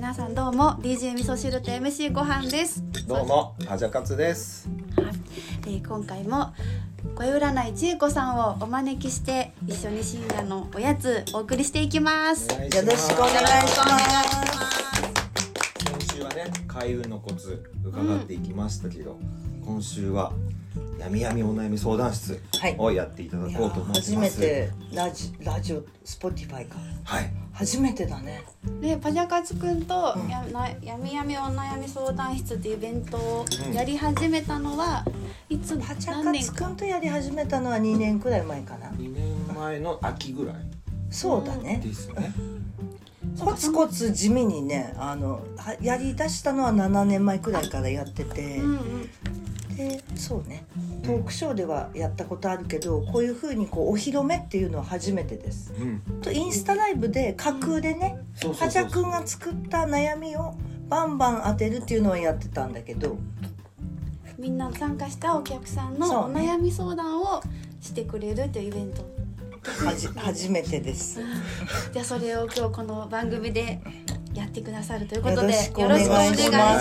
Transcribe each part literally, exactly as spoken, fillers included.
皆さんどうも ディージェー 味噌汁と エムシー ごはんです。 どうもパジャカツです。 はい、えー、今回も声占い千恵子さんをお招きして一緒に深夜のおやつお送りしていきます。 よろしくお願いします。 先週はね開運のコツ伺っていきましたけど、うん、今週はやみやみお悩み相談室をやっていただこうと思います。 初めてラジラジオスポティファイか。 はい。 初めてだね。 でパジャカツくんと、うん、や, なやみやみお悩み相談室っていうイベントをやり始めたのは、うん、いつパジャカツくんとやり始めたのはにねんくらい前かな。 にねんまえの秋ぐらい。 そうだね。 ですね。 コツコツ地味にねあのやりだしたのはななねんまえくらいからやってて、うんうん、でそうねトークショーではやったことあるけど、こういう風にこうお披露目っていうのは初めてです、うん、とインスタライブで架空でねパジャくんが作った悩みをバンバン当てるっていうのをやってたんだけど、 みんな参加したお客さんのお悩み相談をしてくれるというイベントはじ初めてですじゃあそれを今日この番組でやってくださるということでよろしくお願いします。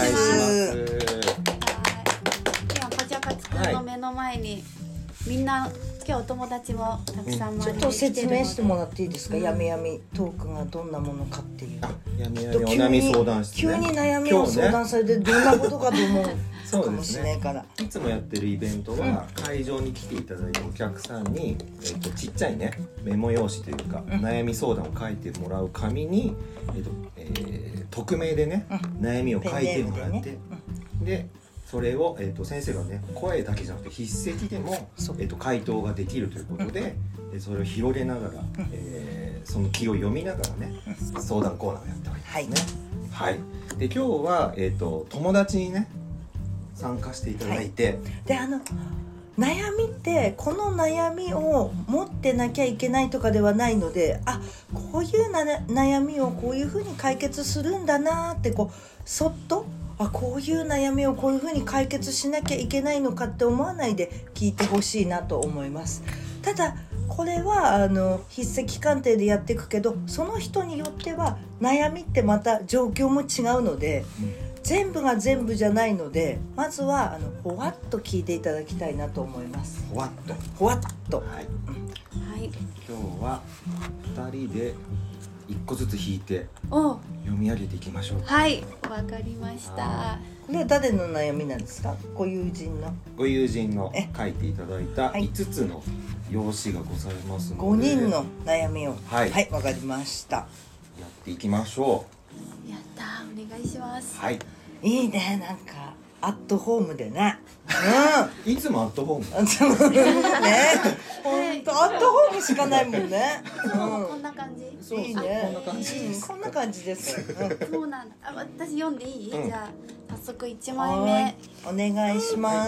今パジャカツくんの目の前に、はい、みんな今日お友達もたくさん周りに来てるので、 ちょっと説明してもらっていいですか、うん、やみやみトークがどんなものかっていう。 やみやみお悩み相談室、ね、 急に悩みを相談されてどんなことかと思うかもしれないから、 いつもやってるイベントは会場に来ていただいたお客さんに、えー、とちっちゃいねメモ用紙というか、うん、悩み相談を書いてもらう紙に、えーとえー、匿名でね、うん、悩みを書いてもらって、で、ねうん、でそれを、えー、と先生がね声だけじゃなくて筆跡でも、えー、と回答ができるということで、うん、でそれを広げながら、うんえー、その気を読みながらね、うん、相談コーナーをやっておりますね。はい、はい、で今日は、えー、と友達にね参加していただいて、はい、 であの悩みってこの悩みを持ってなきゃいけないとかではないので、あこういうな悩みをこういうふうに解決するんだなってこうそっとあこういう悩みをこういうふうに解決しなきゃいけないのかって思わないで聞いてほしいなと思います。ただこれはあの筆跡鑑定でやっていくけど、その人によっては悩みってまた状況も違うので、うん全部が全部じゃないので、まずはあのほわっと聞いていただきたいなと思います。 ほわっとほわっと、 はいはい、今日はふたりでいっこずつ引いて読み上げていきましょう。 はい、わかりました。 これは誰の悩みなんですか？ご友人のご友人の書いていただいたいつつの用紙がございますので、 ごにんの悩みをはい、 はい、わかりました。 やっていきましょう。やったー、お願いします。 はい、 いいね、なんかアットホームでね、 うん、いつもアットホームね、本当アットホームしかないもんね、 うん、こんな感じそういいね、 こんな感じです、 うん、こんな感じです、 うん、そうなんだ。あ、私読んでいい、うん、じゃあ早速いちまいめお願いします。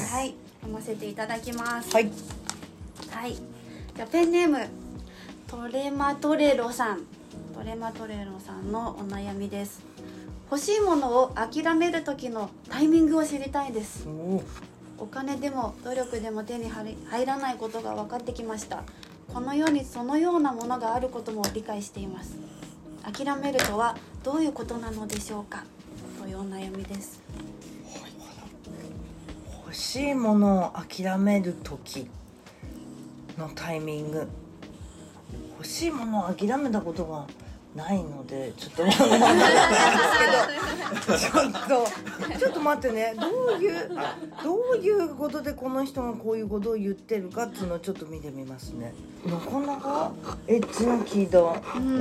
はい、読ませていただきます。 はいはい、じゃあペンネームトレマトレロさんトレマトレロさんのお悩みです。欲しいものを諦める時のタイミングを知りたいです。お金でも努力でも手に入らないことが分かってきました。この世にそのようなものがあることも理解しています。諦めるとはどういうことなのでしょうか、というお悩みです。 欲しいものを諦める時のタイミング、欲しいものを諦めたことがないのでちょっとちょっとちょっと待ってね、どういうどういうことでこの人がこういうことを言ってるかっていうのをちょっと見てみますね。なかなかエッチな聞いた、うん、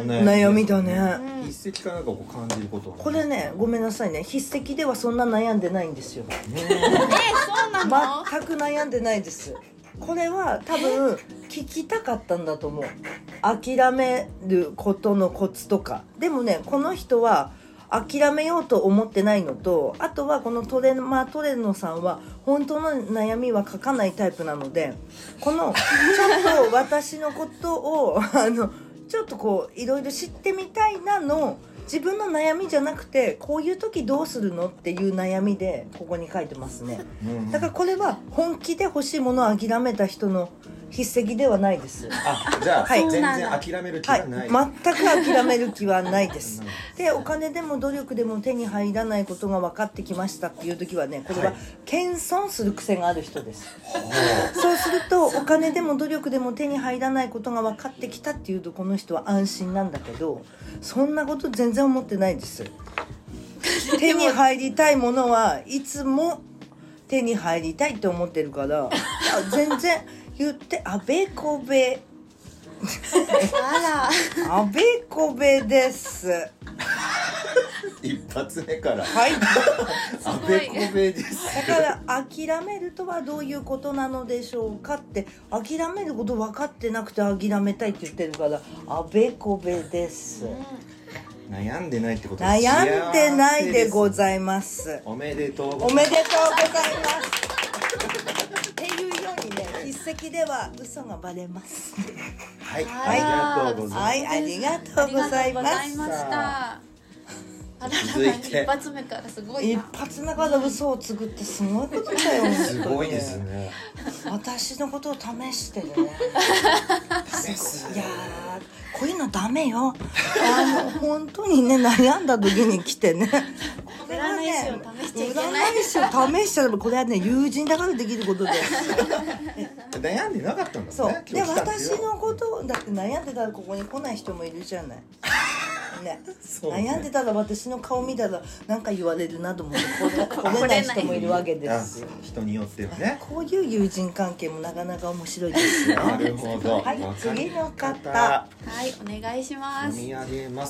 悩みだね、 うん、筆跡かなんかこう感じることこれね、ごめんなさいね、筆跡ではそんな悩んでないんですよ、ね、 えそうなの？ 全く悩んでないです。これは多分聞きたかったんだと思う、諦めることのコツとか。でもね、この人は諦めようと思ってないのと、あとはこのトレマトレノさんは本当の悩みは書かないタイプなので、このちょっと私のことをあのちょっとこういろいろ知ってみたいなの自分の悩みじゃなくて、こういう時どうするのっていう悩みでここに書いてますね。だからこれは本気で欲しいものを諦めた人の筆跡ではないです。 あ、じゃあ、 はい全然諦める気は、 はいない。 全く諦める気はないですで、お金でも努力でも手に入らないことが分かってきましたっていう時はね、これは謙遜する癖がある人です、はい、そうするとお金でも努力でも手に入らないことが分かってきたっていうと、この人は安心なんだけど、そんなこと全然思ってないです手に入りたいものはいつも手に入りたいって思ってるから全然言ってあべこべあらあべこべです一発目からはいあべこべですだから諦めるとはどういうことなのでしょうかって、諦めること分かってなくて諦めたいって言ってるからあべこべです、うん、 悩んでないってことです。 悩んでないでございます。 おめでとうございます。 おめでとうございますっていうようにね、筆跡では嘘がバレますはい、 はい、 ありがとうございます。 はい、ありがとうございます。 ありがとうございました。あら続いて一発目からすごい一な。 発目から嘘をつぐってすごいことだよ。 すごいですね。 私のことを試してるね。 試す。 いやー、こういうのダメよ。あの本当にね、悩んだ時に来てね。これはね、 占い師を試しちゃいけない。 占い師を試しちゃう、これはね、友人だからできることで。 悩んでなかったんだね。 そう。で、 今日来たんですよ私のことだって悩んでたらここに来ない人もいるじゃない。ね、 ね、 悩んでたら私の顔見たら何か言われるなと思って来れない人もいるわけですよ。 人によってはね。 こういう友人関係もなかなか面白いですよ。 なるほど。 はい、次の方。 はい、お願いします。 読み上げます。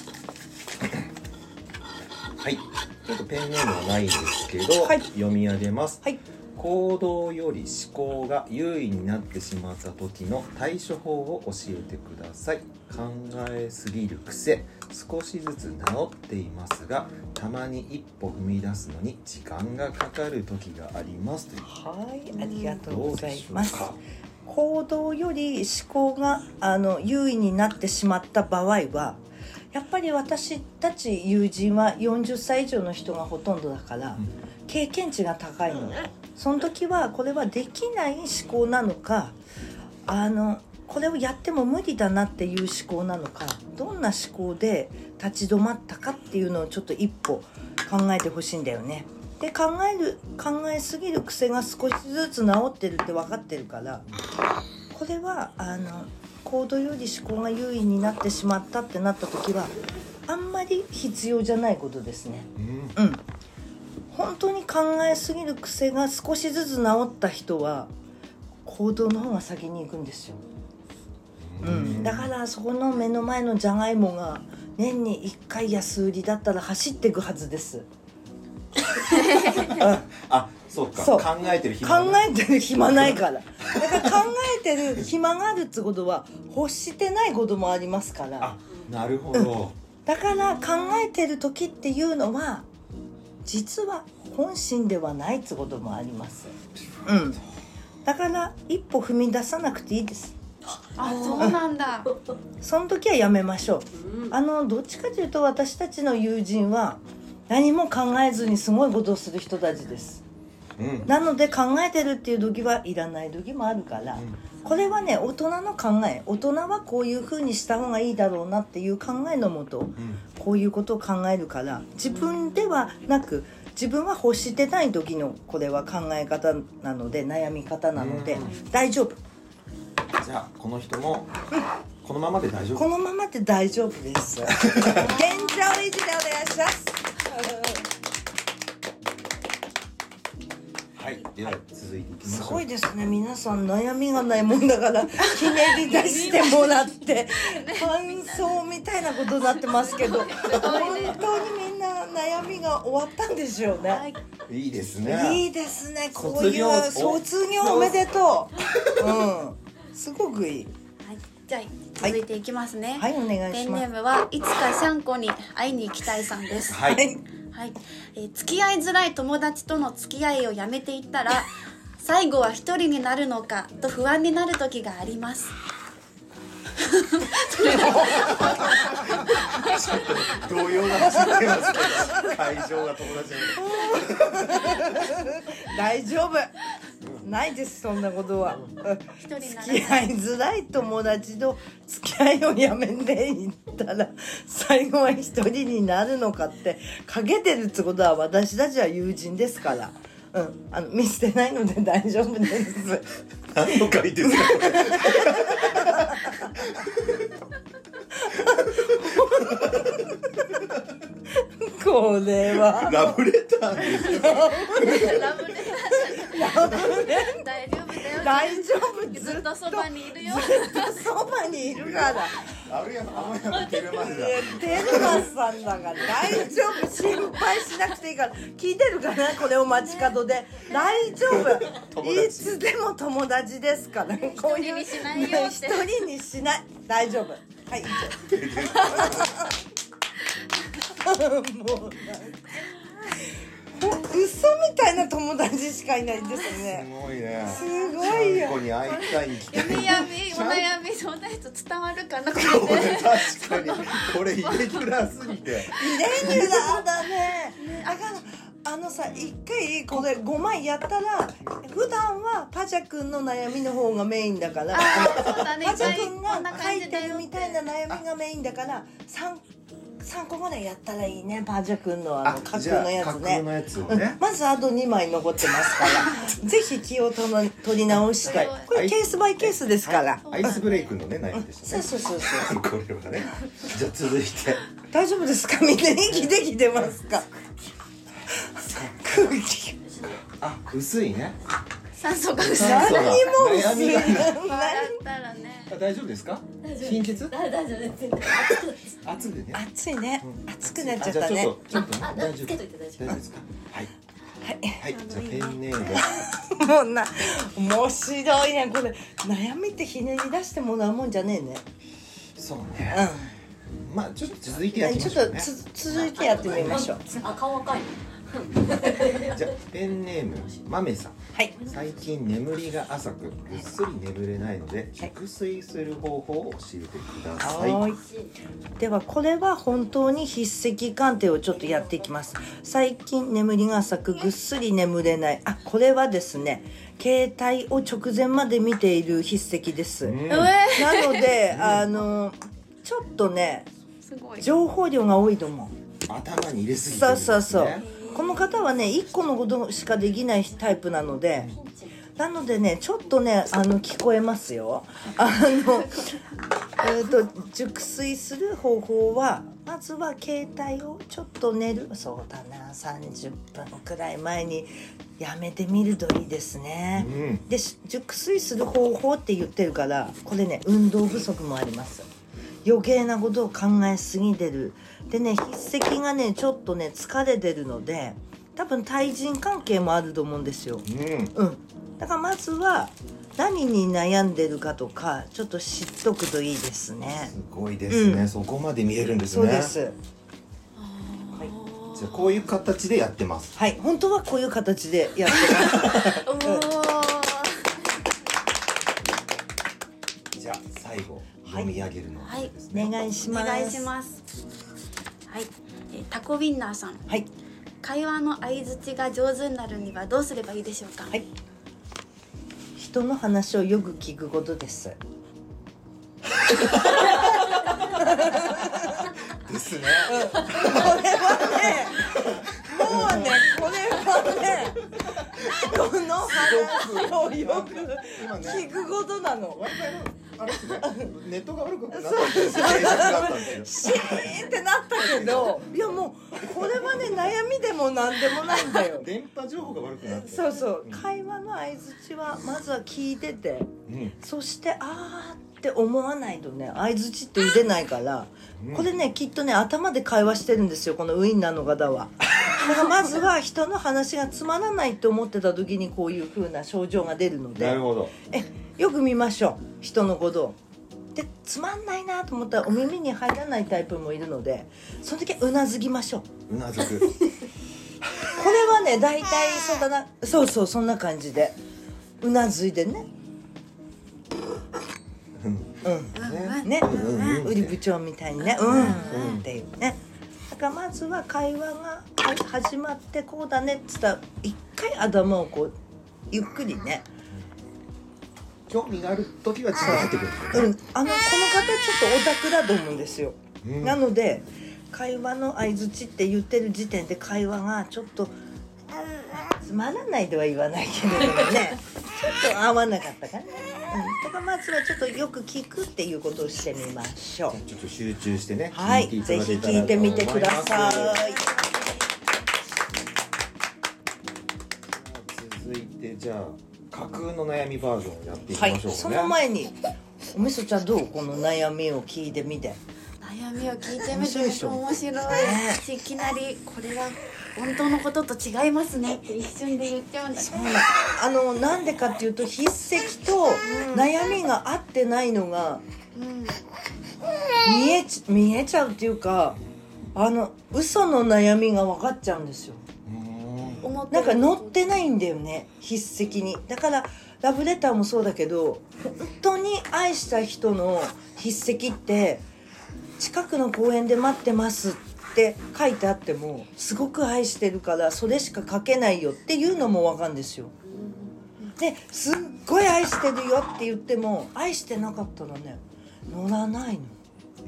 はい。ちょっとペンネームはないんですけど、はい、読み上げます。 はい。 行動より思考が優位になってしまった時の対処法を教えてください。考えすぎる癖、少しずつ治っていますが、たまに一歩踏み出すのに時間がかかる時がありますという。 はい、ありがとうございます。行動より思考があの優位になってしまった場合は、やっぱり私たち友人はよんじゅっさい以上の人がほとんどだから、うん、経験値が高いの。その時はこれはできない思考なのか、あのこれをやっても無理だなっていう思考なのか、どんな思考で立ち止まったかっていうのをちょっと一歩考えてほしいんだよね。で、考える考えすぎる癖が少しずつ治ってるって分かってるから、これはあの行動より思考が優位になってしまったってなった時はあんまり必要じゃないことですね。うん、うん、本当に考えすぎる癖が少しずつ治った人は行動の方が先に行くんですよ。うん、だからそこの目の前のじゃがいもが年にいっかい安売りだったら走っていくはずです。 あ、そうか。 そう、 考えてる暇考えてる暇ないから。だから考えてる暇があるってことは欲してないこともありますから。 あ、なるほど、うん、 だから考えてる時っていうのは実は本心ではないってこともあります。うん。だから一歩踏み出さなくていいです。 あ、そうなんだ。 その時はやめましょう。あのどっちかというと私たちの友人は何も考えずにすごいことをする人たちです。うん、なので考えてるっていう時はいらない時もあるから、うん、これはね、大人の考え、大人はこういう風にした方がいいだろうなっていう考えのもと、うん、こういうことを考えるから、自分ではなく自分は欲してない時のこれは考え方なので、悩み方なので、うん、大丈夫。 じゃあこの人もこのままで大丈夫。 このままで大丈夫です。現状維持でお願いします。 はい、では続いていきましょう。 すごいですね、皆さん悩みがないもんだからひねり出してもらって感想みたいなことになってますけど、本当にみんな悩みが終わったんでしょうね。はい、 いいですね。 いいですね。こういう卒業おめでとう。うん、すごくいい。 はい、じゃあ続いていきますね。 はい、はい、お願いします。 ペンネームはいつかシャンコに会いに行きたいさんです。 はい。 はい、えー、付き合いづらい友達との付き合いをやめていったら最後は一人になるのかと不安になる時があります。 動揺が走ってますけど、会場が友達大丈夫。 ないですそんなことは。 一人なら付き合いづらい友達と付き合いをやめていったら最後は一人になるのかってかけてるってことは私たちは友人ですから、うん、あの見捨てないので大丈夫です。 何の回ですかこれはラブレターですよ。 ラブレター大丈夫だよ。 大丈夫、 ずっとそばにいるよ。 そばにいるからあるやん、あのやん、テルマでだ。 テルマさんだから大丈夫、心配しなくていいから。聞いてるかなこれを街角で。大丈夫、いつでも友達ですから。こういう一人にしないよって一人にしない、大丈夫。はい、以上。もう嘘みたいな友達しかいないですすね。 ごいね。 すごいよちゃんこに会いたいに来てる。 闇闇お悩み相談室伝わるかなここれれで。 確かにこれイレギュラーすぎて。 イレギュラーだね。だからあのさ、一回これごまいやったら普段はパジャ君の悩みの方がメインだから、 そうだね。 パジャ君がこんな書感じだよいてるみたいな悩みがメインだから三三個ぐらいやったらいいね。パジャ君のあの架空のやつ架空のね。 やつをね。 まずあとにまい残ってますからぜひ気をとの取り直したい。これケースバイケースですから。 アイスブレイクのね悩みでしたね。 そうそうそうそう。 これはね。じゃあ続いて。 大丈夫ですか、みんな息できてますか。空気あ、薄いね。 酸素が薄い。 何そうだも薄い悩みが笑ったらね。 あ、大丈夫ですか？貧血？ 大丈夫です。 熱でね。 暑いね、暑くなっちゃあ、じゃあちょっったね。 とちょっとねあ、 大丈夫。 つけといて大丈夫。 大丈夫ですか？はいはいはい。じゃあペンネーム。 もうな、面白いねこれ。悩みってひねり出してもらうもんじゃねえね。 そううね。まあちょっと続いてやってん、 みましょうね。 ちょっとつ続いてやってみましょう。 あ、顔赤い。 じゃあペンネームまめさん。 はい最近眠りが浅くぐっすり眠れないので熟睡する方法を教えてください。 はーい。ではこれは本当に筆跡鑑定をちょっとやっていきます。最近眠りが浅くぐっすり眠れない。あ、これはですね、携帯を直前まで見ている筆跡です。 うんなのであのちょっとねすごい。 情報量が多いと思う。 頭に入れすぎてそうるんですね。 そうそう。この方はねいっこのことしかできないタイプなので、なのでねちょっとねあの聞こえますよ。あのえーと熟睡する方法はまずは携帯をちょっと寝る、そうだなさんじゅっぷんくらい前にやめてみるといいですね。 うん。 で熟睡する方法って言ってるからこれね運動不足もあります。余計なことを考えすぎてる。でね筆跡がねちょっとね疲れてるので多分対人関係もあると思うんですよ。 うん。 うんだからまずは何に悩んでるかとかちょっと知っとくといいですね。 すごいですね、 うんそこまで見えるんですね。 そうです。 じゃあこういう形でやってます。 はい、本当はこういう形でやってます。 おお。 じゃあ最後読み上げるのはいですね。 お願いします。 お願いします。はい。えータコウィンナーさん。 はい会話の相槌が上手になるにはどうすればいいでしょうか。 はい。人の話をよく聞くことです。 ですね。 これはね、もうね、これはね、人の話をよく聞くことなの。 Wi-Fi のあれですね、ネットが悪くなったんですよ。静寂だったんですよ。 シーンってなったけど、いやもうこれはね悩みでもなんでもないんだよ。 電波情報が悪くなって。 そうそう、会話の相槌はまずは聞いてて、 うん。 そしてあーって思わないとね相槌って出ないから、これねきっとね頭で会話してるんですよこのウインナーの方は。だからまずは人の話がつまらないって思ってた時にこういう風な症状が出るので、 なるほど。 えよく見ましょう人のことを。でつまんないなと思ったらお耳に入らないタイプもいるので、その時はうなずきましょう。 うなずく。 これはね大体そうだな、そうそうそんな感じでうなずいてね、うんね、 うん売り部長みたいにね、うん、うんっていうね。だからまずは会話が始まってこうだねっつったら一回頭をこうゆっくりね興味がある時は力入ってくるんですよね。 うん、あのこの方ちょっとオタクだと思うんですよ、 うん、 なので会話の相づちって言ってる時点で会話がちょっとつまらないとは言わないけれどもねちょっと合わなかったかな、うん、だからまずはちょっとよく聞くっていうことをしてみましょう。 ちょっと集中してね、 はい、 聞いていただけたらぜひ聞いてみてください。 続いてじゃあ架空の悩みバージョンをやっていきましょうかね、 はい、その前におみそちゃんどうこの悩みを聞いてみて。 悩みを聞いてみて面白い、面白い、 ね、 いきなりこれは本当のことと違いますねって一瞬で言っちゃうんだけど、 あのなんでかっていうと筆跡と悩みが合ってないのが見えち、見えちゃうっていうか、あの嘘の悩みが分かっちゃうんですよ。なんか載ってないんだよね筆跡に。だからラブレターもそうだけど本当に愛した人の筆跡って近くの公園で待ってますって書いてあってもすごく愛してるからそれしか書けないよっていうのも分かるんですよ。ですっごい愛してるよって言っても愛してなかったらね乗らないの。うん、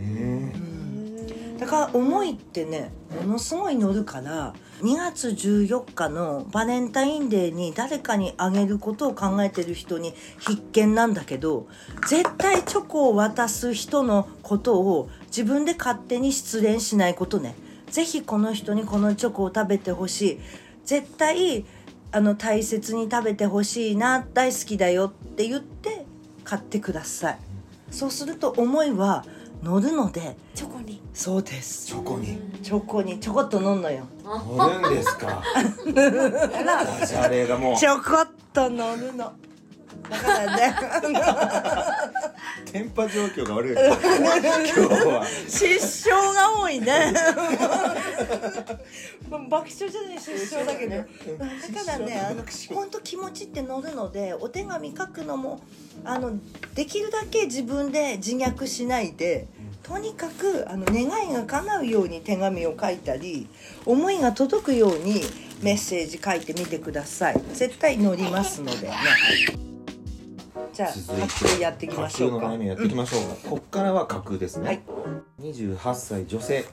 だから思いってねものすごい乗るからにがつじゅうよっかのバレンタインデーに誰かにあげることを考えてる人に必見なんだけど、絶対チョコを渡す人のことを自分で勝手に失恋しないことね。ぜひこの人にこのチョコを食べてほしい、絶対あの大切に食べてほしいな、大好きだよって言って買ってください。そうすると思いは乗るので。 チョコに。 そうです。 チョコにチョコにちょこっと乗んのよ。 乗るんですかダジャレがもうちょこっと乗るのだからね電波状況が悪い今日は失笑が多いね爆笑じゃない失笑だけど、だからねあの本当気持ちって乗るので、お手紙書くのもあのできるだけ自分で自虐しないで、とにかくあの願いが叶うように手紙を書いたり思いが届くようにメッセージ書いてみてください。絶対乗りますのでね。じゃあ続いて架空やっていきましょうか。 架空の悩みやっていきましょうか、うん、こっからは架空ですね、 はい、 にじゅうはっさい女性、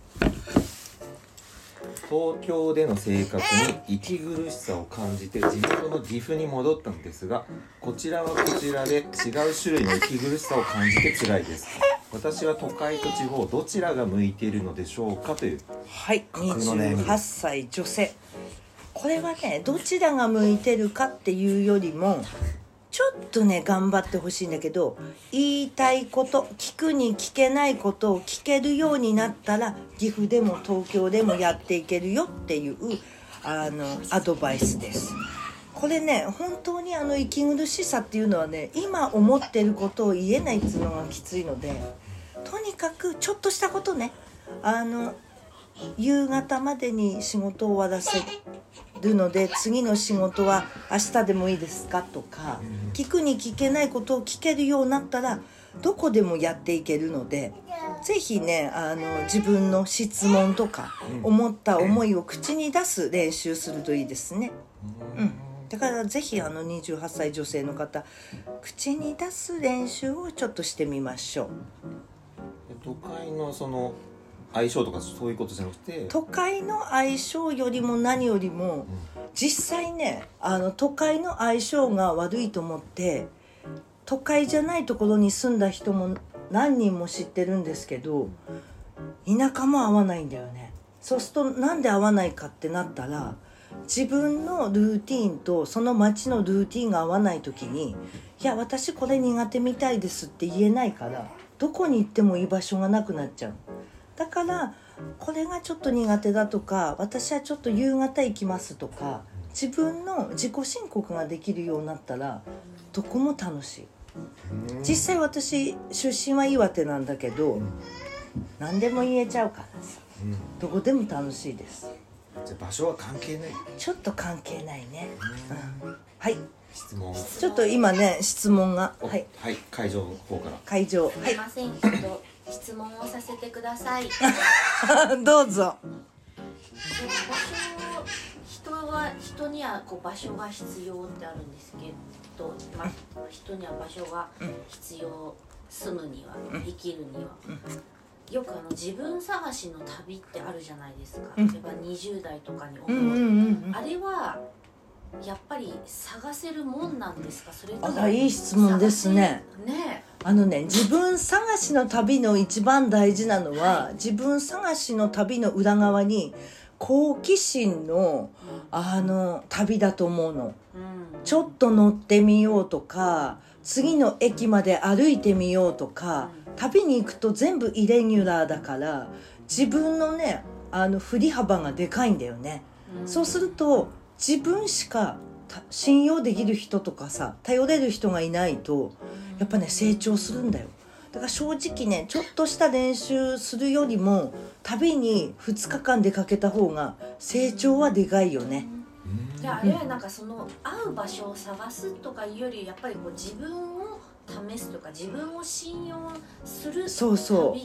東京での生活に息苦しさを感じて地元の岐阜に戻ったのですが、こちらはこちらで違う種類の息苦しさを感じて辛いです。私は都会と地方どちらが向いているのでしょうかというはい架空にじゅの悩みです。 うはっさい女性、これはねどちらが向いてるかっていうよりもちょっとね頑張ってほしいんだけど、言いたいこと聞くに聞けないことを聞けるようになったら岐阜でも東京でもやっていけるよっていうあのアドバイスです。これね本当にあの息苦しさっていうのはね今思ってることを言えないっていうのがきついので、とにかくちょっとしたことね、あの夕方までに仕事を終わらせるので次の仕事は明日でもいいですかとか、聞くに聞けないことを聞けるようになったらどこでもやっていけるので、ぜひねあの自分の質問とか思った思いを口に出す練習するといいですね。うん、だからぜひあのにじゅうはっさい女性の方口に出す練習をちょっとしてみましょう。 都会のその相性とかそういうことじゃなくて、 都会の相性よりも何よりも、うん、実際ねあの都会の相性が悪いと思って都会じゃないところに住んだ人も何人も知ってるんですけど、田舎も合わないんだよね。そうするとなんで合わないかってなったら、自分のルーティーンとその街のルーティーンが合わない時に、いや私これ苦手みたいですって言えないから、どこに行っても居場所がなくなっちゃう。だからこれがちょっと苦手だとか、私はちょっと夕方行きますとか、自分の自己申告ができるようになったらどこも楽しい。実際私出身は岩手なんだけど、何でも言えちゃうからさ、どこでも楽しいです。 じゃあ場所は関係ない？ ちょっと関係ないね、うん、はい。 質問ちょっと今ね質問がはい、 はい、会場の方から会場、 すいません、ちょっと質問をさせてくださいどうぞ。 場所、人は人にはこう場所が必要ってあるんですけ人、まあ、人には場所が必要、住むには、生きるには、よくあの自分探しの旅ってあるじゃないですか、例えばにじゅう代とかに思う、 うんうんうんうん、 あれはやっぱり探せるもんなんですか？それともあらいい質問ですね。 ね、 あのね、自分探しの旅の一番大事なのは、はい、自分探しの旅の裏側に好奇心の、うん、あの旅だと思うの、うん、ちょっと乗ってみようとか、次の駅まで歩いてみようとか、うん、旅に行くと全部イレギュラーだから自分のね、あの振り幅がでかいんだよね、うん、そうすると自分しか信用できる人とかさ、頼れる人がいないとやっぱね成長するんだよ。だから正直ね、ちょっとした練習するよりも旅にふつかかん出かけた方が成長はでかいよね。 じゃああれはなんかその会う場所を探すとかいうより、やっぱりこう自分を試すとか自分を信用する旅みたいな。 そうそう、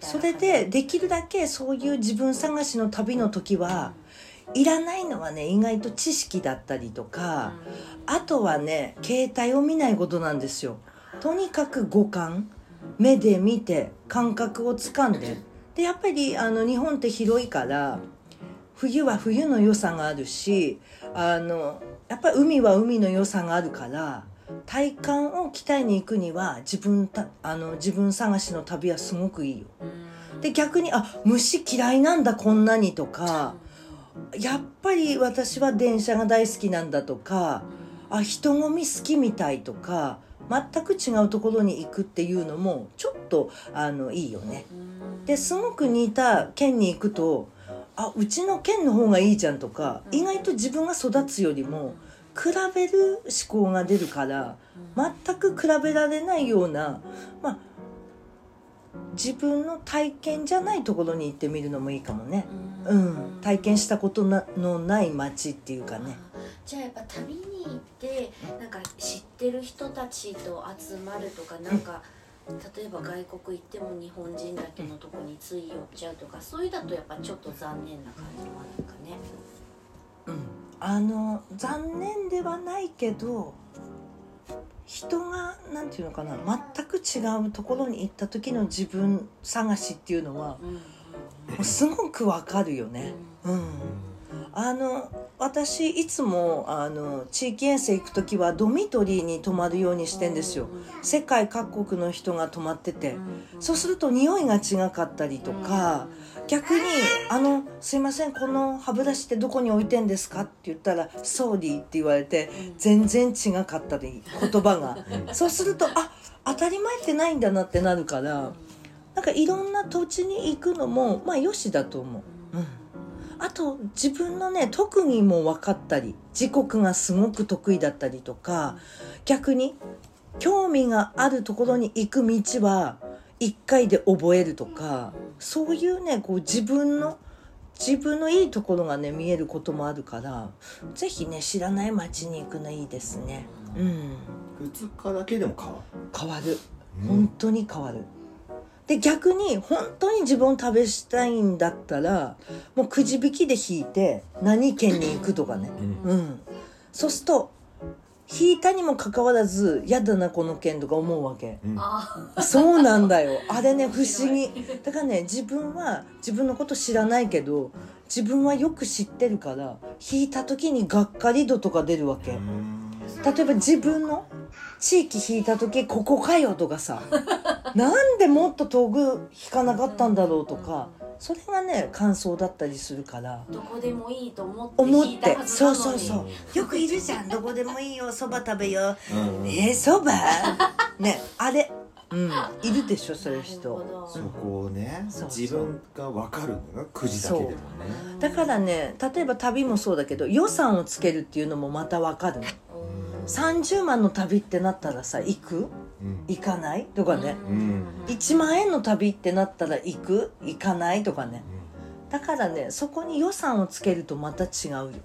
それでできるだけそういう自分探しの旅の時は、いらないのはね、意外と知識だったりとか、うん、あとはね、携帯を見ないことなんですよ。とにかく五感、目で見て感覚をつかんで、でやっぱりあの日本って広いから冬は冬の良さがあるし、あのやっぱり海は海の良さがあるから、体感を鍛えに行くには自分たあの自分探しの旅はすごくいいよ。で逆に、あ、虫嫌いなんだこんなにとか、やっぱり私は電車が大好きなんだとか、あ、人混み好きみたいとか、全く違うところに行くっていうのもちょっとあのいいよね。ですごく似た県に行くと、あ、うちの県の方がいいじゃんとか、意外と自分が育つよりも比べる思考が出るから、全く比べられないような、まあ自分の体験じゃないところに行ってみるのもいいかもね。うん、体験したことのない街っていうかね。 じゃあやっぱ旅に行ってなんか知ってる人たちと集まるとか、なんか例えば外国行っても日本人だけのとこについ寄っちゃうとか、そういうだとやっぱちょっと残念な感じもあるかね。 うん、あの残念ではないけど、人がなんていうのかな、全く違うところに行った時の自分探しっていうのは、うん、すごくわかるよね。うん、うん、あの私いつもあの地域遠征行く時はドミトリーに泊まるようにしてんですよ。世界各国の人が泊まってて、そうすると匂いが違かったりとか、逆にあのすいません、この歯ブラシってどこに置いてんですかって言ったらソーリーって言われて、全然違かったり言葉がそうすると、あ、当たり前ってないんだなってなるから、なんかいろんな土地に行くのもまあよしだと思う。うん、あと自分のね特技も分かったり、時刻がすごく得意だったりとか、逆に興味があるところに行く道はいっかいで覚えるとか、そういうねこう自分の自分のいいところがね見えることもあるから、ぜひね知らない街に行くのいいですね。うん、 ふつかだけでも変わる変わる、本当に変わる。で逆に本当に自分を食べしたいんだったら、もうくじ引きで引いて何県に行くとかね、うんうん、そうすると引いたにもかかわらず、やだなこの県とか思うわけ、うん、そうなんだよ、あれね不思議だからね、自分は自分のこと知らないけど自分はよく知ってるから、引いた時にがっかり度とか出るわけ。例えば自分の地域引いた時ここかよとかさなんでもっと遠く引かなかったんだろうとか、それがね感想だったりするから、 どこでもいいと思って引いたはずなのに、 そうそうそう、よくいるじゃん、どこでもいいよ、そば食べよう、うん、えー、そばね、あれ、うん、いるでしょそういう人。 そこをね、そうそう自分が分かるのがくじだけでもね。 だからね、例えば旅もそうだけど予算をつけるっていうのもまた分かるの。さんじゅうまんの旅ってなったらさ、行く、うん、行かないとかね、うん、いちまんえんの旅ってなったら行く行かないとかね、うん、だからねそこに予算をつけるとまた違うよ、うん、面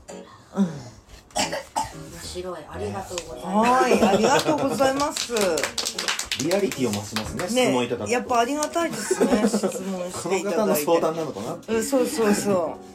白い、ありがとうございます。 はい、ありがとうございますリアリティを増しますね、質問いただくと、 ね、やっぱありがたいですね質問していただいて、 この方の相談なのかな、 うん、そうそうそうで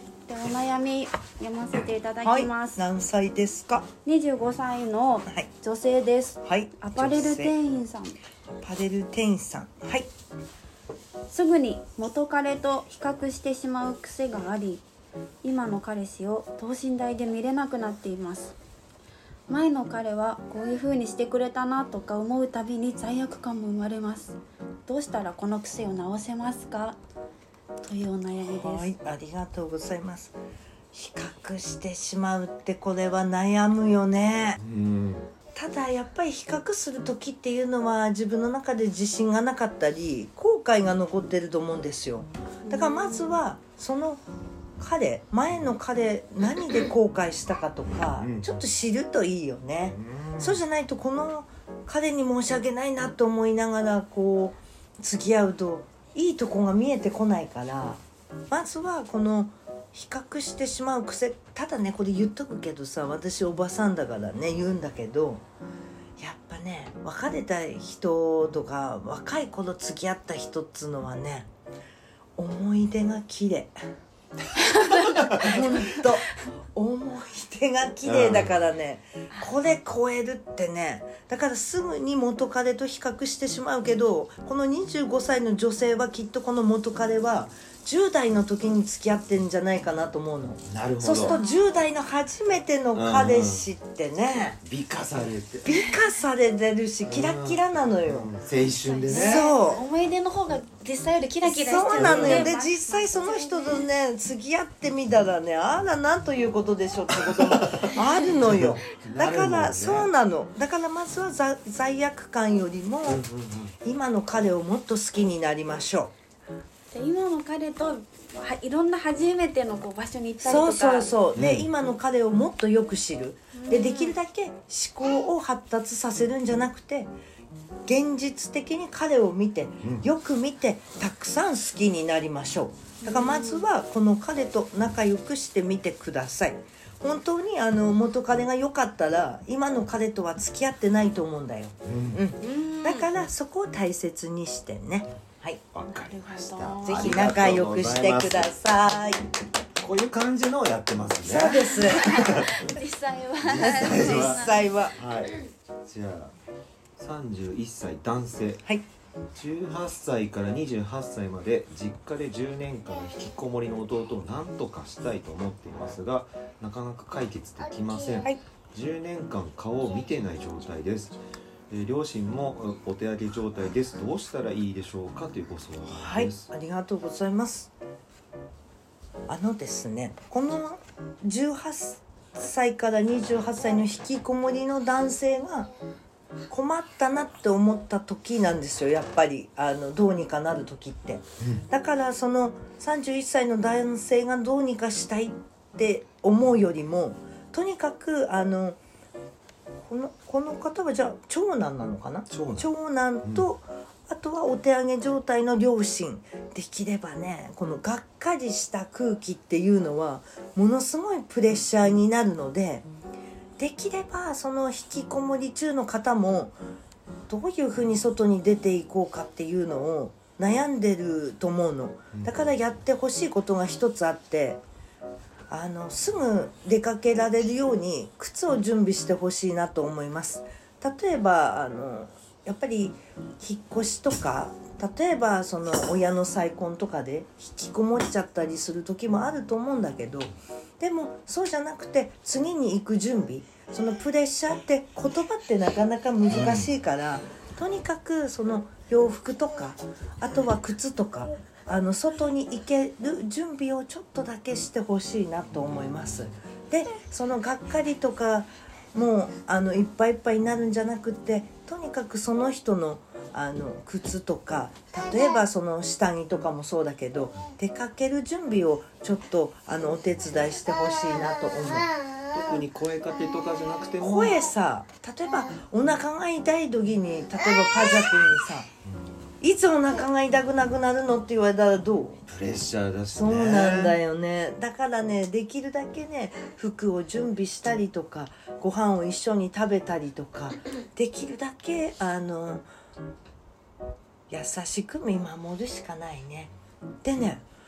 お悩み読ませていただはいきます。 何歳ですか？ にじゅうごさいのはい女性です。 はいアパレル店員さん。 アパレル店員さん。はい。 すぐに元彼と比較してしまう癖があり、今の彼氏を等身大で見れなくなっています。前の彼はこういう風にしてくれたなとか思うたびに罪悪感も生まれます。どうしたらこの癖を直せますか？というお悩みです。 はい、ありがとうございます。比較してしまうってこれは悩むよね。 うんただやっぱり比較する時っていうのは自分の中で自信がなかったり後悔が残ってると思うんですよ。だからまずはその彼前の彼何で後悔したかとかうんちょっと知るといいよね。 うんそうじゃないとこの彼に申し訳ないなと思いながらこう付き合うといいとこが見えてこないから、まずはこの比較してしまう癖。ただねこれ言っとくけどさ、私おばさんだからね言うんだけど、やっぱね別れた人とか若い頃付き合った人っつうのはね思い出が綺麗ほんと思い出が綺麗だからね、これ超えるってね。だからすぐに元彼と比較してしまうけど、このにじゅうごさいの女性はきっとこの元彼はじゅう代の時に付き合ってんじゃないかなと思うの。 なるほど。 そうするとじゅう代の初めての彼氏ってね、 美化されて美化されてるしキラッキラなのよ。 うん青春でね。 そう思い出の方が実際よりキラキラしちゃうそうなのよ。でまあ実際その人とね付き合ってみたらね、あらなんということでしょうってこともあるのよ。だから、 なるもんねそうなの。だからまずはざ罪悪感よりもうんうんうん今の彼をもっと好きになりましょで今の彼とはいろんな初めてのこう場所に行っう。 たりとか。 そうそうそう。で、 うん今の彼をもっとよく知る。でできるだけ思考を発達させるんじゃなくて現実的に彼を見て、 うんよく見てたくさん好きになりましょう。だからまずはこの彼と仲良くしてみてください。本当にあの元彼が良かったら今の彼とは付き合ってないと思うんだよ。 うんうん、だからそこを大切にしてね。はい。 わかりました。 なるほどぜひ仲良くしてください。 こういう感じのをやってますね。 そうです。 実際は実際は。 はい。じゃあさんじゅういっさい男性。 はい。 じゅうはっさいからにじゅうはっさいまで実家でじゅうねんかん引きこもりの弟を何とかしたいと思っていますがなかなか解決できません、 はい。 じゅうねんかん顔を見てない状態です、えー両親もうお手上げ状態です。どうしたらいいでしょうかというご相はい談です。、 ありがとうございます。あのですね、このじゅうはっさいからにじゅうはっさいの引きこもりの男性が困ったなって思った時なんですよ。やっぱりあのどうにかなる時って、だからそのさんじゅういっさいの男性がどうにかしたいって思うよりも、とにかくあのこのこの方はじゃあ長男なのかな。 長男長男と、あとはお手上げ状態の両親。できればね、このがっかりした空気っていうのはものすごいプレッシャーになるので、できればその引きこもり中の方もどういうふうに外に出ていこうかっていうのを悩んでると思うの。だからやってほしいことが一つあって、あのすぐ出かけられるように靴を準備してほしいなと思います。例えばあのやっぱり引っ越しとか、例えばその親の再婚とかで引きこもっちゃったりする時もあると思うんだけど、でもそうじゃなくて次に行く準備、そのプレッシャーって言葉ってなかなか難しいから、とにかくその洋服とか、あとは靴とか、あの外に行ける準備をちょっとだけしてほしいなと思います。でそのがっかりとかもうあのいっぱいいっぱいになるんじゃなくて、とにかくその人のあの靴とか、例えばその下着とかもそうだけど、出かける準備をちょっとあのお手伝いしてほしいなと思う。 特に声かけとかじゃなくても声さ、例えばお腹が痛い時に、例えばパジャ君にさ、いつお腹が痛くなくなるのって言われたらどう？ プレッシャーだしそね。 うなんだよね。だからね、できるだけね、服を準備したりとか、ご飯を一緒に食べたりとか、できるだけあの優しく見守るしかないね。でね、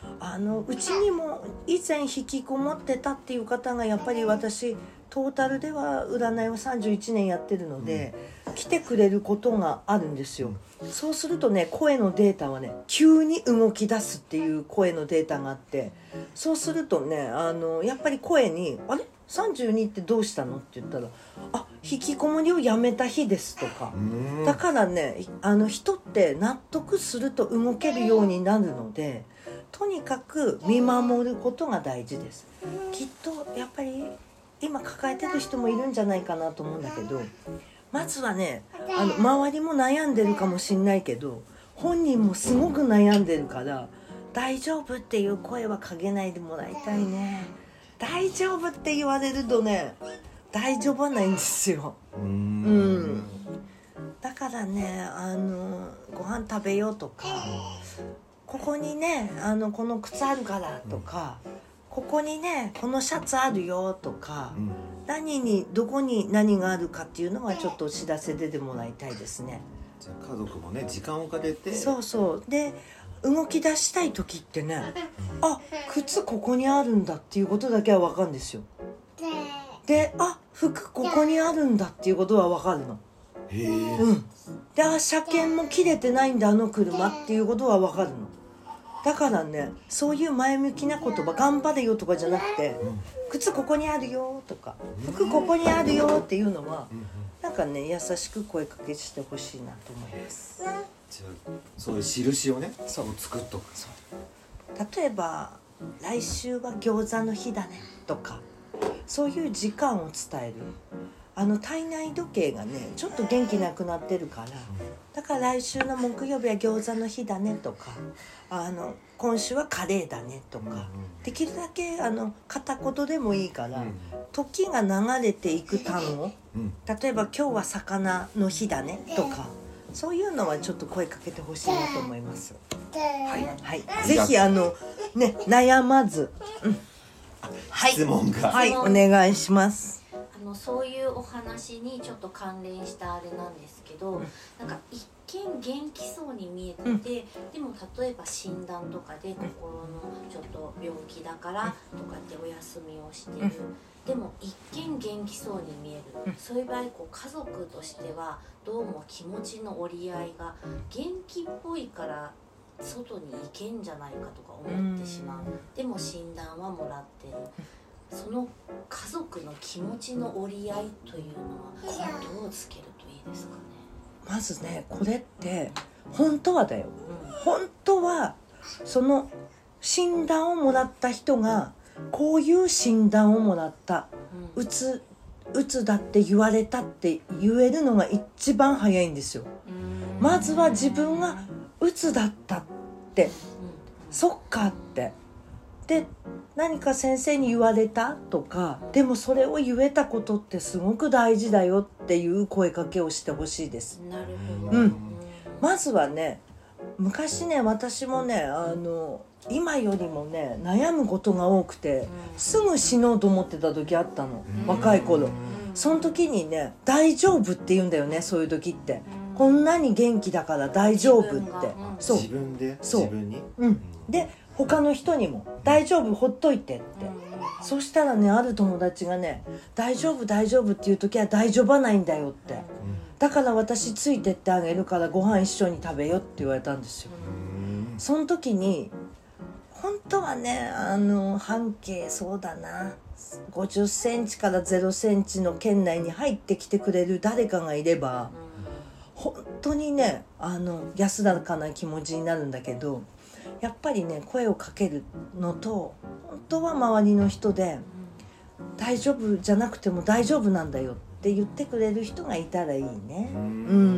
あのうちにも以前引きこもってたっていう方がやっぱり私トータルでは占いをさんじゅういちねんやってるので、うん、来てくれることがあるんですよ。そうするとね声のデータはね急に動き出すっていう声のデータがあって、そうするとねあのやっぱり声にあれさんじゅうにってどうしたのって言ったらあ引きこもりをやめた日ですとか、だからねあの人って納得すると動けるようになるのでとにかく見守ることが大事です。きっとやっぱり今抱えてる人もいるんじゃないかなと思うんだけど、まずはねあの周りも悩んでるかもしんないけど本人もすごく悩んでるから大丈夫っていう声はかけないでもらいたいね。大丈夫って言われるとね大丈夫はないんですよ。うーん、うん、だからねあのご飯食べようとかここにねあのこの靴あるからとか、うん、ここにねこのシャツあるよとか、うん、何にどこに何があるかっていうのはちょっとお知らせ出てもらいたいですね。 じゃあ家族もね時間をかけてそうそうで動き出したい時ってね、うん、あ靴ここにあるんだっていうことだけは分かるんですよ。であ服ここにあるんだっていうことは分かるの。 へえ、 うん、であ車検も切れてないんだあの車っていうことは分かるの。だからねそういう前向きな言葉頑張れよとかじゃなくて、うん、靴ここにあるよとか服ここにあるよっていうのは、うん、なんかね優しく声かけしてほしいなと思います。 じゃあそういう印をねそう作っとく。 そう例えば来週は餃子の日だねとかそういう時間を伝える。あの体内時計がねちょっと元気なくなってるからだから来週の木曜日は餃子の日だねとかあの今週はカレーだねとかできるだけあの片言でもいいから時が流れていく単語例えば今日は魚の日だねとかそういうのはちょっと声かけてほしいなと思います。はい、はい、ぜひあのね悩まず、うん、はい、 質問がはいお願いします。 あのそういうお話にちょっと関連したあれなんですけど、うん、なんか一見元気そうに見えてて、うん、でも例えば診断とかで心のちょっと病気だからとかってお休みをしてる、うん、でも一見元気そうに見える、うん、そういう場合こう家族としてはどうも気持ちの折り合いが元気っぽいから外に行けんじゃないかとか思ってしまう、でも診断はもらってる、その家族の気持ちの折り合いというのはどうつけるといいですかね。 まずねこれって本当はだよ、うん、本当はその診断をもらった人がこういう診断をもらった、うん、うつうつだって言われたって言えるのが一番早いんですよ。まずは自分がうつだったって、うん、そっかってで何か先生に言われたとかでもそれを言えたことってすごく大事だよっていう声かけをしてほしいです。 なるほど、 うん、まずはね昔ね私もねあの今よりもね悩むことが多くて、うん、すぐ死のうと思ってた時あったの、うん、若い頃、うん、その時にね大丈夫って言うんだよね。そういう時って、うん、こんなに元気だから大丈夫って、うん、そう自分でそう自分に、 うん、で他の人にも大丈夫ほっといてって、うん、そしたらねある友達がね大丈夫大丈夫っていう時は大丈夫はないんだよって、うん、だから私ついてってあげるからご飯一緒に食べよって言われたんですよ、うん、その時に本当はねあの半径そうだなごじゅっセンチからゼロセンチの圏内に入ってきてくれる誰かがいれば、うん、本当にねあの安らかな気持ちになるんだけどやっぱりね声をかけるのと本当は周りの人で大丈夫じゃなくても大丈夫なんだよって言ってくれる人がいたらいいね。うん、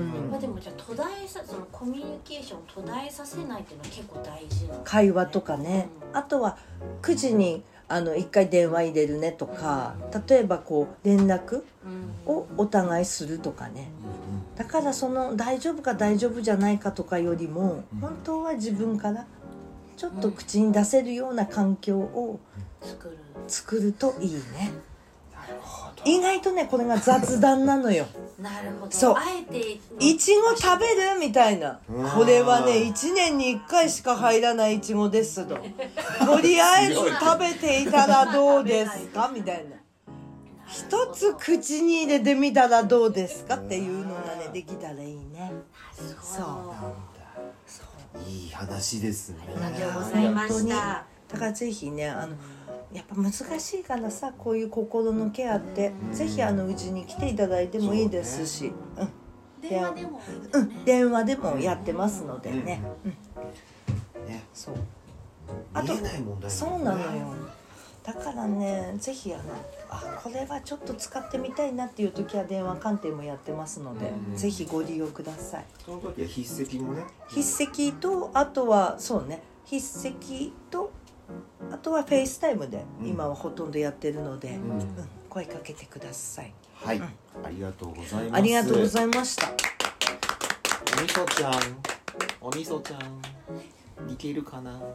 まあ、でもじゃあ途絶えさそのコミュニケーションを途絶えさせないっていうのは結構大事なの、ね、 会話とかね、うん、あとはくじにあのいっかい電話入れるねとか、例えばこう連絡をお互いするとかね、だからその大丈夫か大丈夫じゃないかとかよりも本当は自分からちょっと口に出せるような環境を作る、作るといいね。 意外とねこれが雑談なのよ。 なるほど。 そうあえていちご食べるみたいな、これはねいちねんにいっかいしか入らないいちごですと、とりあえず食べていたらどうですかみたいな、一つ口に入れてみたらどうですかっていうのがねできたらいいね。そうそういい話ですね。 ありがとうございました。 だからぜひねあのやっぱ難しいからさ、こういう心のケアって、うん、ぜひあのうちに来ていただいてもいいですし、う、ね、うん、 電話でも、 うん、電話でもやってますのでね、うんうん、 ね、 そうあと見えない問題、 そうなのよ。だからねぜひあのあこれはちょっと使ってみたいなっていう時は電話鑑定もやってますので、うん、ぜひご利用ください。 その時は筆跡もね、 筆跡とあとはそうね筆跡とあとはフェイスタイムで今はほとんどやってるので、うんうん、声かけてください。 はい、 うん、 ありがとうございます。 ありがとうございました。 おみそちゃん、おみそちゃん、いけるかな。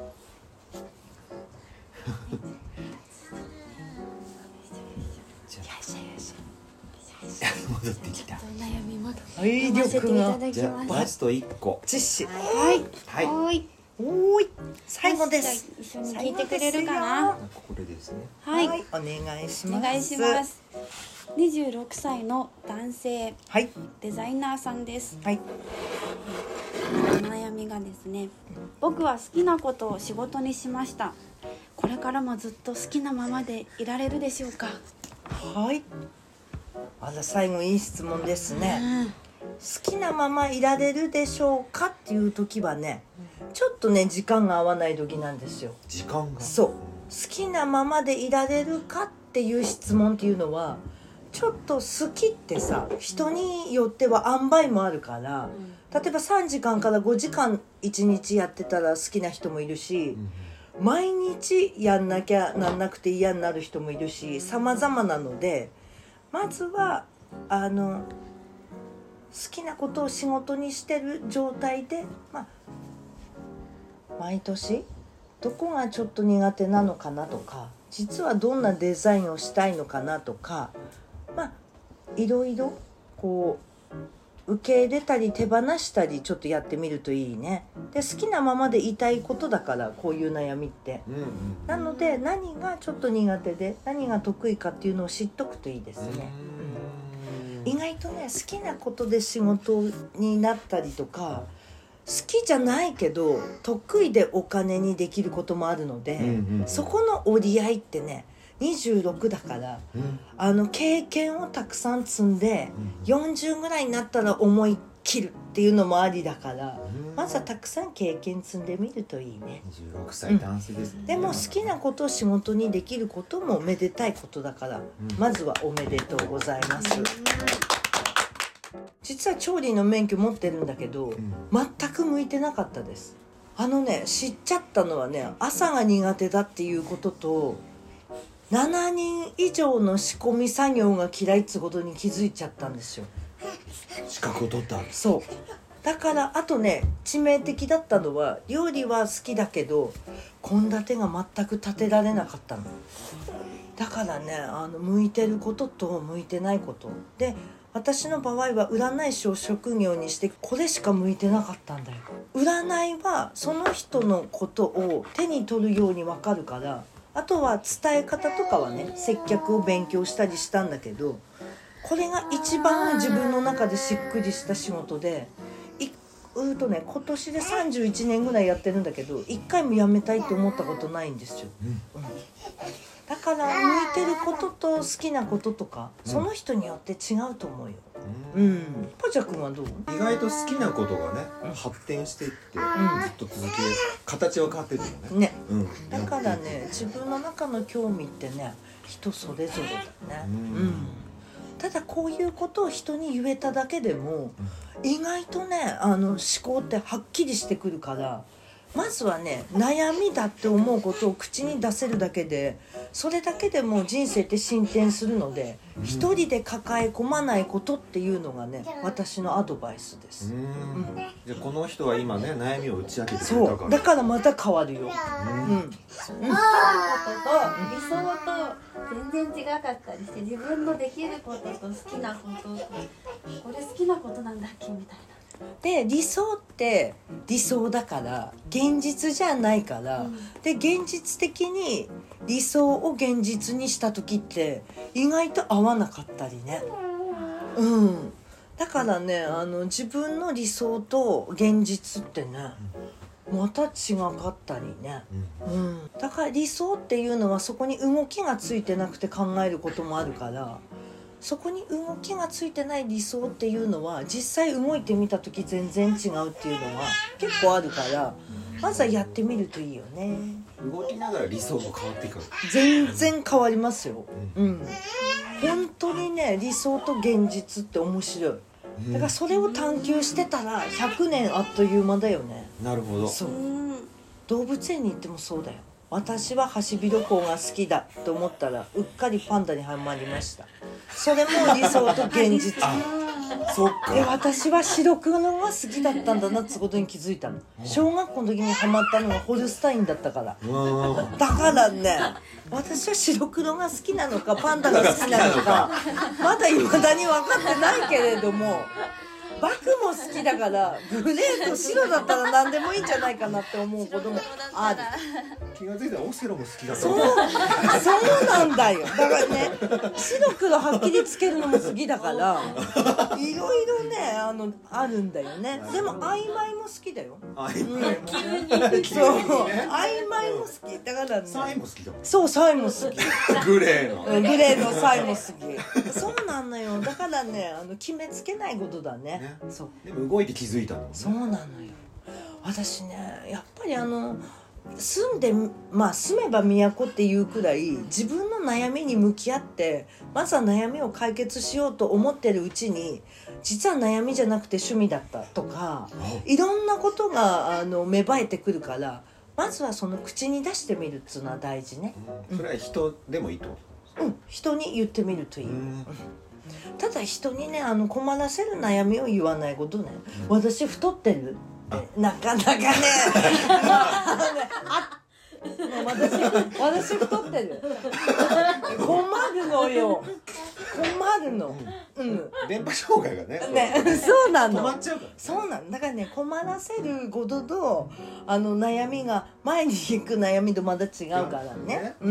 戻ってきた。 悩みもはい力が。 じゃあラスト一個。 実施。 はいはい。 おい。 おい。最後です。 一緒に聞いてくれるかな。 これですね。 はい。 お願いします。 お願いします。にじゅうろくさいの男性。 はい。 デザイナーさんです。 はい。 悩みがですね。僕は好きなことを仕事にしました。これからもずっと好きなままでいられるでしょうか。 はい。あら最後いい質問ですね、うん、好きなままいられるでしょうかっていう時はね、ちょっとね時間が合わない時なんですよ。 時間がそう好きなままでいられるかっていう質問っていうのはちょっと好きってさ人によっては塩梅もあるから、例えばさんじかんからごじかんいちにちやってたら好きな人もいるし、うん、毎日やんなきゃなんなくて嫌になる人もいるし様々なので、まずはあの好きなことを仕事にしてる状態で、まあ、毎年どこがちょっと苦手なのかなとか、実はどんなデザインをしたいのかなとか、まあいろいろこう受け入れたり手放したりちょっとやってみるといいね。で好きなままでいたいことだからこういう悩みって、うんうん、なので何がちょっと苦手で何が得意かっていうのを知っとくといいですね、うん、意外とね好きなことで仕事になったりとか、好きじゃないけど得意でお金にできることもあるので、うんうん、そこの折り合いってねにじゅうろくだから、うん、あの経験をたくさん積んで、うん、よんじゅうぐらいになったら思い切るっていうのもありだから、うん、まずはたくさん経験積んでみるといいね。 にじゅうろくさい男性ですね、うん、 でも好きなことを仕事にできることもめでたいことだから、うん、まずはおめでとうございます、うん、実は調理の免許持ってるんだけど、うん、全く向いてなかったです。あのね知っちゃったのはね、朝が苦手だっていうこととしちにん以上の仕込み作業が嫌いっつうことに気づいちゃったんですよ。 資格を取った。 そうだからあとね致命的だったのは料理は好きだけど献立が全く立てられなかったの。だからねあの向いてることと向いてないことで、私の場合は占い師を職業にしてこれしか向いてなかったんだよ。占いはその人のことを手に取るように分かるから、あとは伝え方とかはね接客を勉強したりしたんだけど、これが一番自分の中でしっくりした仕事で、いうとね今年でさんじゅういちねんぐらいやってるんだけど一回も辞めたいって思ったことないんですよ、うんうん、だから向いてることと好きなこととか、うん、その人によって違うと思うよ。うん、うん、ポチャ君はどう？ 意外と好きなことがね、うん、発展していって、うん、ずっと続け形は変わってるよね。 ね、うん、だからね自分の中の興味ってね人それぞれだね、うんうん、ただこういうことを人に言えただけでも、うん、意外とねあの思考ってはっきりしてくるから、まずはね悩みだって思うことを口に出せるだけでそれだけでも人生って進展するので、うん、一人で抱え込まないことっていうのがね私のアドバイスです。うん、うん、 じゃあこの人は今ね悩みを打ち明けてくれたから、 そうだからまた変わるよ。うん、うん、うん、 好きなことと理想と全然違かったりして自分のできることと好きなこととこれ好きなことなんだっけみたいな。 で理想って理想だから現実じゃないから、うん、で現実的に理想を現実にした時って意外と合わなかったりね、うん、だからねあの自分の理想と現実ってねまた違かったりね、うん、だから理想っていうのはそこに動きがついてなくて考えることもあるから、そこに動きがついてない理想っていうのは実際動いてみた時全然違うっていうのは結構あるから、まずはやってみるといいよね。 動きながら理想も変わっていく。 全然変わりますよ、うん、本当にね理想と現実って面白い。だからそれを探求してたらひゃくねんあっという間だよね。 なるほど。 そう、動物園に行ってもそうだよ。私はハシビロコウが好きだと思ったらうっかりパンダにはまりました。それも理想と現実そっか。 で私は白黒が好きだったんだなってことに気づいたの。小学校の時にハマったのがホルスタインだったから。だからね私は白黒が好きなのかパンダが好きなのかまだ未だに分かってないけれども、バクも好きだからグレーと白だったら何でもいいんじゃないかなって思うこともある。 気が付いたらオセロも好きだった。 そうそうなんだよ。だからね白黒はっきりつけるのも好きだからいろいろねあのあるんだよね。でも曖昧も好きだよ。 曖昧も急にそう曖昧も好きだからね。 サイも好きだもん。 そうサイも好きグレーのグレーのサイも好きそうなんのよ。だからねあの決めつけないことだね。ねそうでも動いて気づいたの、ね、 そうなのよ。私ねやっぱりあの住んでまあ住めば都っていうくらい自分の悩みに向き合ってまずは悩みを解決しようと思ってるうちに実は悩みじゃなくて趣味だったとかいろんなことがあの芽生えてくるから、まずはその口に出してみるっていうのは大事ね、 うん、それは人でもいいと、 うん、人に言ってみるといい、うん、ただ人にねあの困らせる悩みを言わないことね、うん、私太ってるなかなかねあね私私太ってる困るのよ困るの、うん、 電波障害がねねそうなの止まっちゃうから、ね、 そうなんだからね困らせることとあの悩みが前に行く悩みとまた違うからね、ねうん、うん、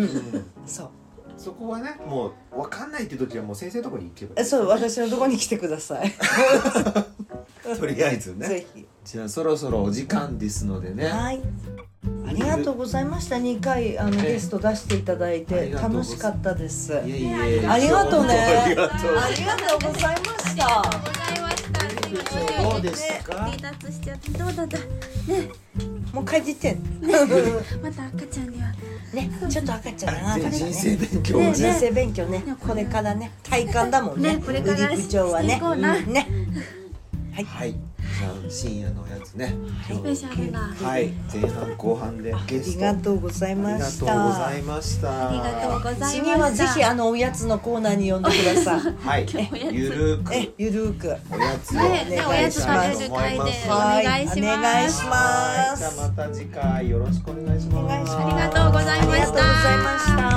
そうそこはねもう分かんないって時はもう先生のところに行けばいい。 そう私のところに来てくださいとりあえずねぜひ。 じゃあそろそろお時間ですのでね、 はいありがとうございました。にかいあのゲスト出していただいて楽しかったです。 いえいえありがとうね。 ありがとうありがとうございました。 どうでしたか。 離脱しちゃってどうだったね。 もう帰ってってまた赤ちゃんにはねちょっと赤ちゃん長かったね。 人生勉強ね人生勉強ねこれからね体感だもんね。 これから部長はねねはいはいじゃあ深夜のやつねスペシャルなはい前半後半でゲストありがとうございました。 ありがとうございましたありがとうございました。 次はぜひあのおやつのコーナーに呼んでください。 はいゆるくえゆるくおやつをねおやつ食べる会でお願いします。 お願いします。 じゃあまた次回よろしくお願いします。 お願いします。 ありがとうございました。 ありがとうございました。